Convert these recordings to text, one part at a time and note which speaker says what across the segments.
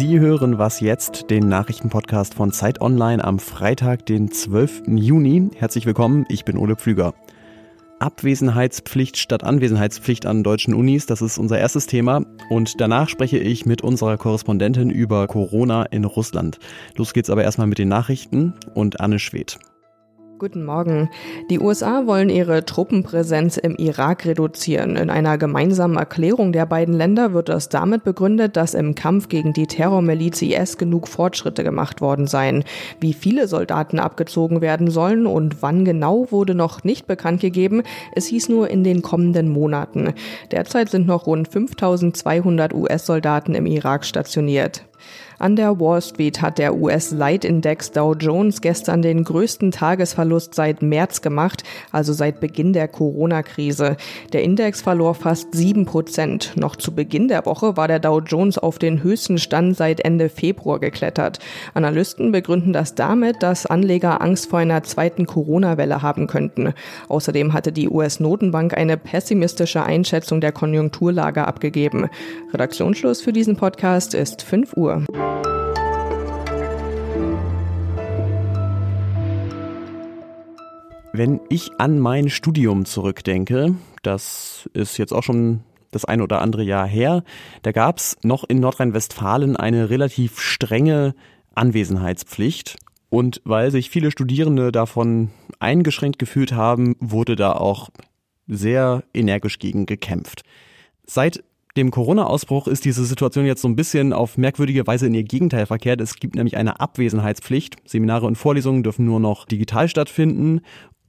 Speaker 1: Sie hören Was jetzt, den Nachrichtenpodcast von Zeit Online am Freitag, den 12. Juni. Herzlich willkommen, ich bin Ole Pflüger. Abwesenheitspflicht statt Anwesenheitspflicht an deutschen Unis, das ist unser erstes Thema. Und danach spreche ich mit unserer Korrespondentin über Corona in Russland. Los geht's aber erstmal mit den Nachrichten und Anne Schwedt.
Speaker 2: Guten Morgen. Die USA wollen ihre Truppenpräsenz im Irak reduzieren. In einer gemeinsamen Erklärung der beiden Länder wird das damit begründet, dass im Kampf gegen die Terrormiliz IS genug Fortschritte gemacht worden seien. Wie viele Soldaten abgezogen werden sollen und wann genau, wurde noch nicht bekannt gegeben. Es hieß nur in den kommenden Monaten. Derzeit sind noch rund 5.200 US-Soldaten im Irak stationiert. An der Wall Street hat der US-Leitindex Dow Jones gestern den größten Tagesverlust seit März gemacht, also seit Beginn der Corona-Krise. Der Index verlor fast 7%. Noch zu Beginn der Woche war der Dow Jones auf den höchsten Stand seit Ende Februar geklettert. Analysten begründen das damit, dass Anleger Angst vor einer zweiten Corona-Welle haben könnten. Außerdem hatte die US-Notenbank eine pessimistische Einschätzung der Konjunkturlage abgegeben. Redaktionsschluss für diesen Podcast ist 5 Uhr.
Speaker 1: Wenn ich an mein Studium zurückdenke, das ist jetzt auch schon das ein oder andere Jahr her, da gab es noch in Nordrhein-Westfalen eine relativ strenge Anwesenheitspflicht. Und weil sich viele Studierende davon eingeschränkt gefühlt haben, wurde da auch sehr energisch gegen gekämpft. Seit dem Corona-Ausbruch ist diese Situation jetzt so ein bisschen auf merkwürdige Weise in ihr Gegenteil verkehrt. Es gibt nämlich eine Abwesenheitspflicht. Seminare und Vorlesungen dürfen nur noch digital stattfinden.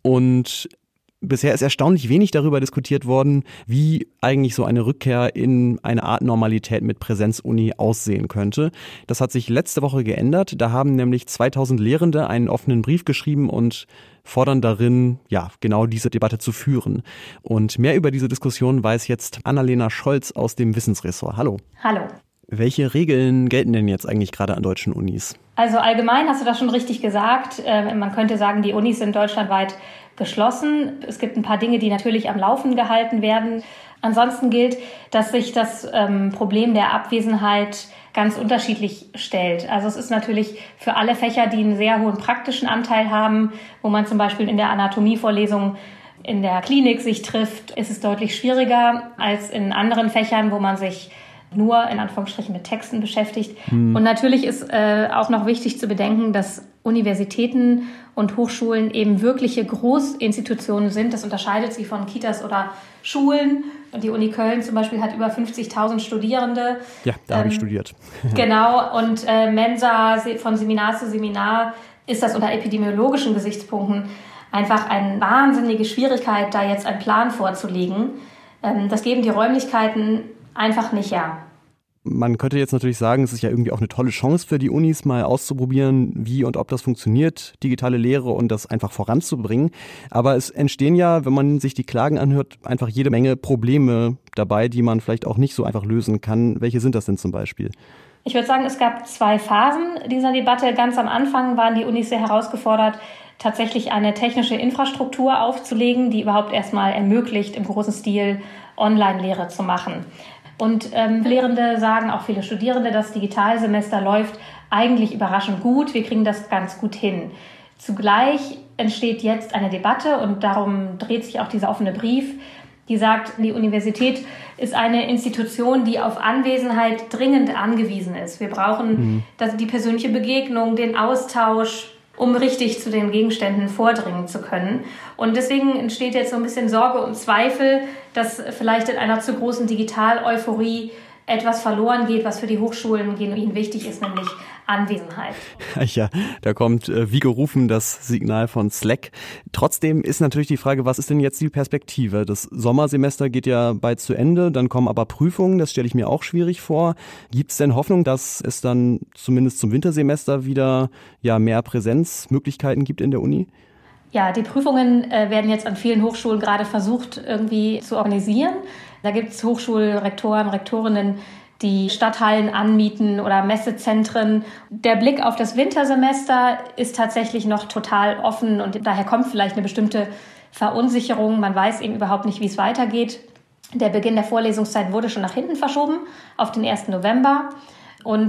Speaker 1: Und bisher ist erstaunlich wenig darüber diskutiert worden, wie eigentlich so eine Rückkehr in eine Art Normalität mit Präsenzuni aussehen könnte. Das hat sich letzte Woche geändert. Da haben nämlich 2000 Lehrende einen offenen Brief geschrieben und fordern darin, genau diese Debatte zu führen. Und mehr über diese Diskussion weiß jetzt Annalena Scholz aus dem Wissensressort. Hallo.
Speaker 3: Hallo.
Speaker 1: Welche Regeln gelten denn jetzt eigentlich gerade an deutschen Unis?
Speaker 3: Also allgemein hast du das schon richtig gesagt. Man könnte sagen, die Unis sind deutschlandweit geschlossen. Es gibt ein paar Dinge, die natürlich am Laufen gehalten werden. Ansonsten gilt, dass sich das Problem der Abwesenheit ganz unterschiedlich stellt. Also es ist natürlich für alle Fächer, die einen sehr hohen praktischen Anteil haben, wo man zum Beispiel in der Anatomievorlesung in der Klinik sich trifft, ist es deutlich schwieriger als in anderen Fächern, wo man sich nur in Anführungsstrichen mit Texten beschäftigt. Und natürlich ist auch noch wichtig zu bedenken, dass Universitäten und Hochschulen eben wirkliche Großinstitutionen sind. Das unterscheidet sie von Kitas oder Schulen. Und die Uni Köln zum Beispiel hat über 50.000 Studierende.
Speaker 1: Ja, da habe ich studiert.
Speaker 3: Genau, und Mensa von Seminar zu Seminar ist das unter epidemiologischen Gesichtspunkten einfach eine wahnsinnige Schwierigkeit, da jetzt einen Plan vorzulegen. Das geben die Räumlichkeiten einfach nicht her.
Speaker 1: Man könnte jetzt natürlich sagen, es ist ja irgendwie auch eine tolle Chance für die Unis, mal auszuprobieren, wie und ob das funktioniert, digitale Lehre und das einfach voranzubringen. Aber es entstehen ja, wenn man sich die Klagen anhört, einfach jede Menge Probleme dabei, die man vielleicht auch nicht so einfach lösen kann. Welche sind das denn zum Beispiel?
Speaker 3: Ich würde sagen, es gab 2 Phasen dieser Debatte. Ganz am Anfang waren die Unis sehr herausgefordert, tatsächlich eine technische Infrastruktur aufzulegen, die überhaupt erstmal ermöglicht, im großen Stil Online-Lehre zu machen. Und Lehrende sagen, auch viele Studierende, das Digitalsemester läuft eigentlich überraschend gut. Wir kriegen das ganz gut hin. Zugleich entsteht jetzt eine Debatte und darum dreht sich auch dieser offene Brief, die sagt, die Universität ist eine Institution, die auf Anwesenheit dringend angewiesen ist. Wir brauchen die persönliche Begegnung, den Austausch, um richtig zu den Gegenständen vordringen zu können. Und deswegen entsteht jetzt so ein bisschen Sorge und Zweifel, dass vielleicht in einer zu großen Digital-Euphorie etwas verloren geht, was für die Hochschulen genuin wichtig ist, nämlich Anwesenheit.
Speaker 1: Ja, da kommt wie gerufen das Signal von Slack. Trotzdem ist natürlich die Frage, was ist denn jetzt die Perspektive? Das Sommersemester geht ja bald zu Ende, dann kommen aber Prüfungen, das stelle ich mir auch schwierig vor. Gibt es denn Hoffnung, dass es dann zumindest zum Wintersemester wieder mehr Präsenzmöglichkeiten gibt in der Uni?
Speaker 3: Ja, die Prüfungen werden jetzt an vielen Hochschulen gerade versucht irgendwie zu organisieren. Da gibt es Hochschulrektoren, Rektorinnen, die Stadthallen anmieten oder Messezentren. Der Blick auf das Wintersemester ist tatsächlich noch total offen und daher kommt vielleicht eine bestimmte Verunsicherung. Man weiß eben überhaupt nicht, wie es weitergeht. Der Beginn der Vorlesungszeit wurde schon nach hinten verschoben auf den 1. November. Und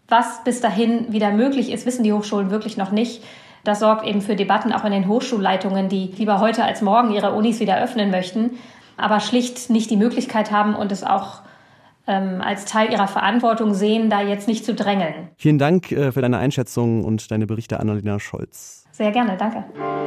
Speaker 3: Was bis dahin wieder möglich ist, wissen die Hochschulen wirklich noch nicht. Das sorgt eben für Debatten auch in den Hochschulleitungen, die lieber heute als morgen ihre Unis wieder öffnen möchten, aber schlicht nicht die Möglichkeit haben und es auch als Teil ihrer Verantwortung sehen, da jetzt nicht zu drängeln.
Speaker 1: Vielen Dank für deine Einschätzung und deine Berichte, Annalena Scholz.
Speaker 3: Sehr gerne, danke.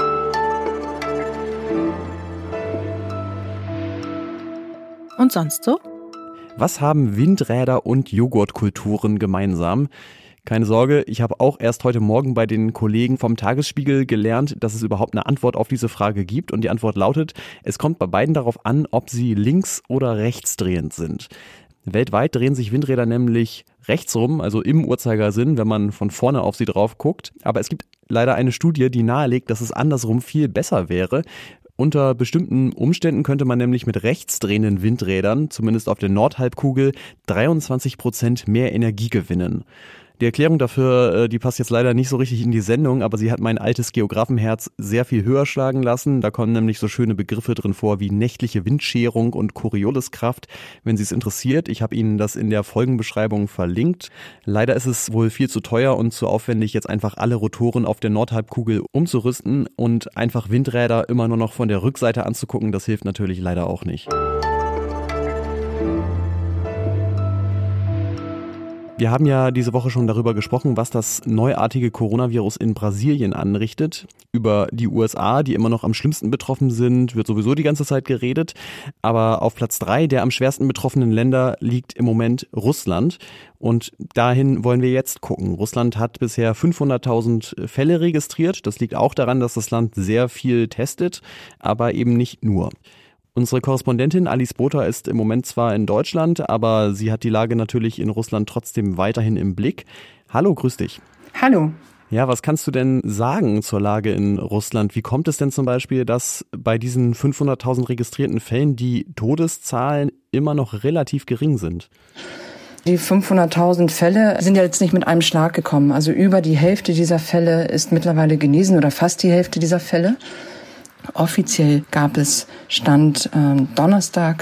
Speaker 4: Und sonst so?
Speaker 1: Was haben Windräder und Joghurtkulturen gemeinsam? Keine Sorge, ich habe auch erst heute Morgen bei den Kollegen vom Tagesspiegel gelernt, dass es überhaupt eine Antwort auf diese Frage gibt. Und die Antwort lautet, es kommt bei beiden darauf an, ob sie links- oder rechtsdrehend sind. Weltweit drehen sich Windräder nämlich rechtsrum, also im Uhrzeigersinn, wenn man von vorne auf sie drauf guckt. Aber es gibt leider eine Studie, die nahelegt, dass es andersrum viel besser wäre. Unter bestimmten Umständen könnte man nämlich mit rechtsdrehenden Windrädern, zumindest auf der Nordhalbkugel, 23% mehr Energie gewinnen. Die Erklärung dafür, die passt jetzt leider nicht so richtig in die Sendung, aber sie hat mein altes Geografenherz sehr viel höher schlagen lassen. Da kommen nämlich so schöne Begriffe drin vor wie nächtliche Windscherung und Corioliskraft. Wenn Sie es interessiert, ich habe Ihnen das in der Folgenbeschreibung verlinkt. Leider ist es wohl viel zu teuer und zu aufwendig, jetzt einfach alle Rotoren auf der Nordhalbkugel umzurüsten und einfach Windräder immer nur noch von der Rückseite anzugucken. Das hilft natürlich leider auch nicht. Wir haben ja diese Woche schon darüber gesprochen, was das neuartige Coronavirus in Brasilien anrichtet. Über die USA, die immer noch am schlimmsten betroffen sind, wird sowieso die ganze Zeit geredet. Aber auf Platz 3 der am schwersten betroffenen Länder liegt im Moment Russland. Und dahin wollen wir jetzt gucken. Russland hat bisher 500.000 Fälle registriert. Das liegt auch daran, dass das Land sehr viel testet, aber eben nicht nur. Unsere Korrespondentin Alice Botha ist im Moment zwar in Deutschland, aber sie hat die Lage natürlich in Russland trotzdem weiterhin im Blick. Hallo, grüß dich.
Speaker 5: Hallo.
Speaker 1: Ja, was kannst du denn sagen zur Lage in Russland? Wie kommt es denn zum Beispiel, dass bei diesen 500.000 registrierten Fällen die Todeszahlen immer noch relativ gering sind?
Speaker 5: Die 500.000 Fälle sind ja jetzt nicht mit einem Schlag gekommen. Also über die Hälfte dieser Fälle ist mittlerweile genesen oder fast die Hälfte dieser Fälle. Offiziell gab es Stand Donnerstag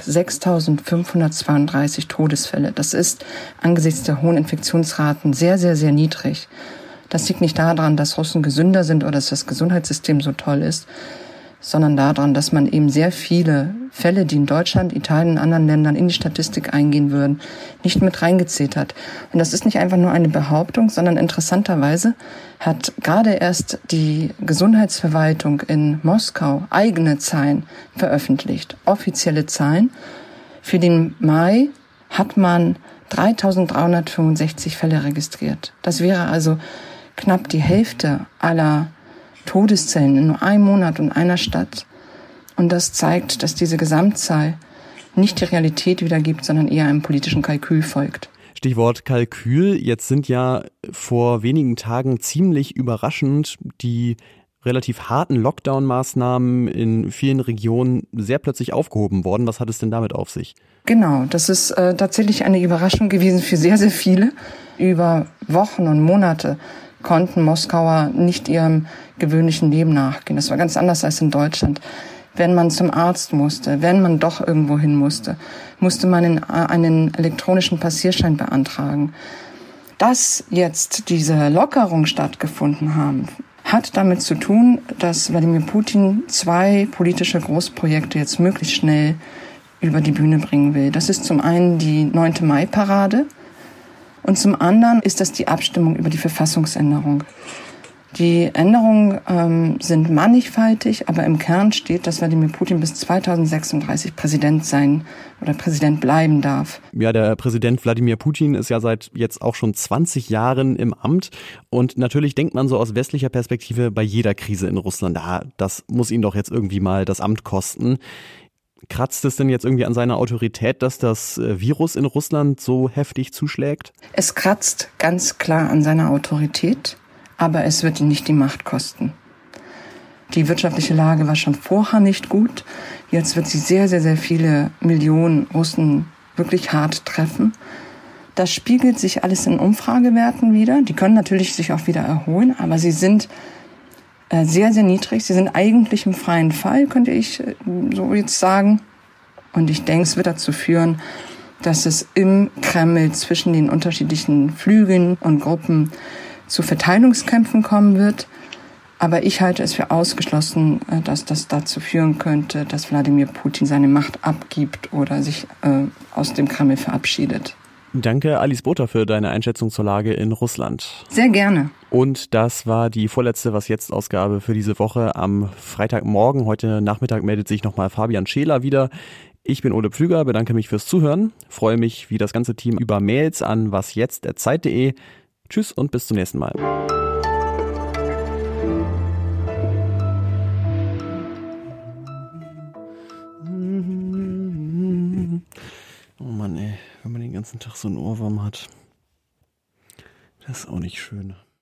Speaker 5: 6.532 Todesfälle. Das ist angesichts der hohen Infektionsraten sehr, sehr, sehr niedrig. Das liegt nicht daran, dass Russen gesünder sind oder dass das Gesundheitssystem so toll ist, sondern daran, dass man eben sehr viele Fälle, die in Deutschland, Italien und anderen Ländern in die Statistik eingehen würden, nicht mit reingezählt hat. Und das ist nicht einfach nur eine Behauptung, sondern interessanterweise hat gerade erst die Gesundheitsverwaltung in Moskau eigene Zahlen veröffentlicht, offizielle Zahlen. Für den Mai hat man 3.365 Fälle registriert. Das wäre also knapp die Hälfte aller Todeszellen in nur einem Monat und einer Stadt. Und das zeigt, dass diese Gesamtzahl nicht die Realität wiedergibt, sondern eher einem politischen Kalkül folgt.
Speaker 1: Stichwort Kalkül. Jetzt sind ja vor wenigen Tagen ziemlich überraschend die relativ harten Lockdown-Maßnahmen in vielen Regionen sehr plötzlich aufgehoben worden. Was hat es denn damit auf sich?
Speaker 5: Genau, das ist tatsächlich eine Überraschung gewesen für sehr, sehr viele. Über Wochen und Monate konnten Moskauer nicht ihrem gewöhnlichen Leben nachgehen. Das war ganz anders als in Deutschland. Wenn man zum Arzt musste, wenn man doch irgendwo hin musste, musste man einen elektronischen Passierschein beantragen. Dass jetzt diese Lockerungen stattgefunden haben, hat damit zu tun, dass Wladimir Putin 2 politische Großprojekte jetzt möglichst schnell über die Bühne bringen will. Das ist zum einen die 9. Mai-Parade und zum anderen ist das die Abstimmung über die Verfassungsänderung. Die Änderungen sind mannigfaltig, aber im Kern steht, dass Wladimir Putin bis 2036 Präsident sein oder Präsident bleiben darf.
Speaker 1: Ja, der Präsident Wladimir Putin ist ja seit jetzt auch schon 20 Jahren im Amt und natürlich denkt man so aus westlicher Perspektive bei jeder Krise in Russland, das muss ihn doch jetzt irgendwie mal das Amt kosten. Kratzt es denn jetzt irgendwie an seiner Autorität, dass das Virus in Russland so heftig zuschlägt?
Speaker 5: Es kratzt ganz klar an seiner Autorität. Aber es wird ihn nicht die Macht kosten. Die wirtschaftliche Lage war schon vorher nicht gut. Jetzt wird sie sehr, sehr, sehr viele Millionen Russen wirklich hart treffen. Das spiegelt sich alles in Umfragewerten wieder. Die können natürlich sich auch wieder erholen, aber sie sind sehr, sehr niedrig. Sie sind eigentlich im freien Fall, könnte ich so jetzt sagen. Und ich denke, es wird dazu führen, dass es im Kreml zwischen den unterschiedlichen Flügeln und Gruppen zu Verteilungskämpfen kommen wird. Aber ich halte es für ausgeschlossen, dass das dazu führen könnte, dass Wladimir Putin seine Macht abgibt oder sich aus dem Kreml verabschiedet.
Speaker 1: Danke, Alice Botha, für deine Einschätzung zur Lage in Russland.
Speaker 5: Sehr gerne.
Speaker 1: Und das war die vorletzte Was-Jetzt-Ausgabe für diese Woche am Freitagmorgen. Heute Nachmittag meldet sich nochmal Fabian Scheler wieder. Ich bin Ole Pflüger, bedanke mich fürs Zuhören, freue mich wie das ganze Team über Mails an wasjetzt@zeit.de. Tschüss und bis zum nächsten Mal. Oh Mann, ey, wenn man den ganzen Tag so einen Ohrwurm hat, das ist auch nicht schön.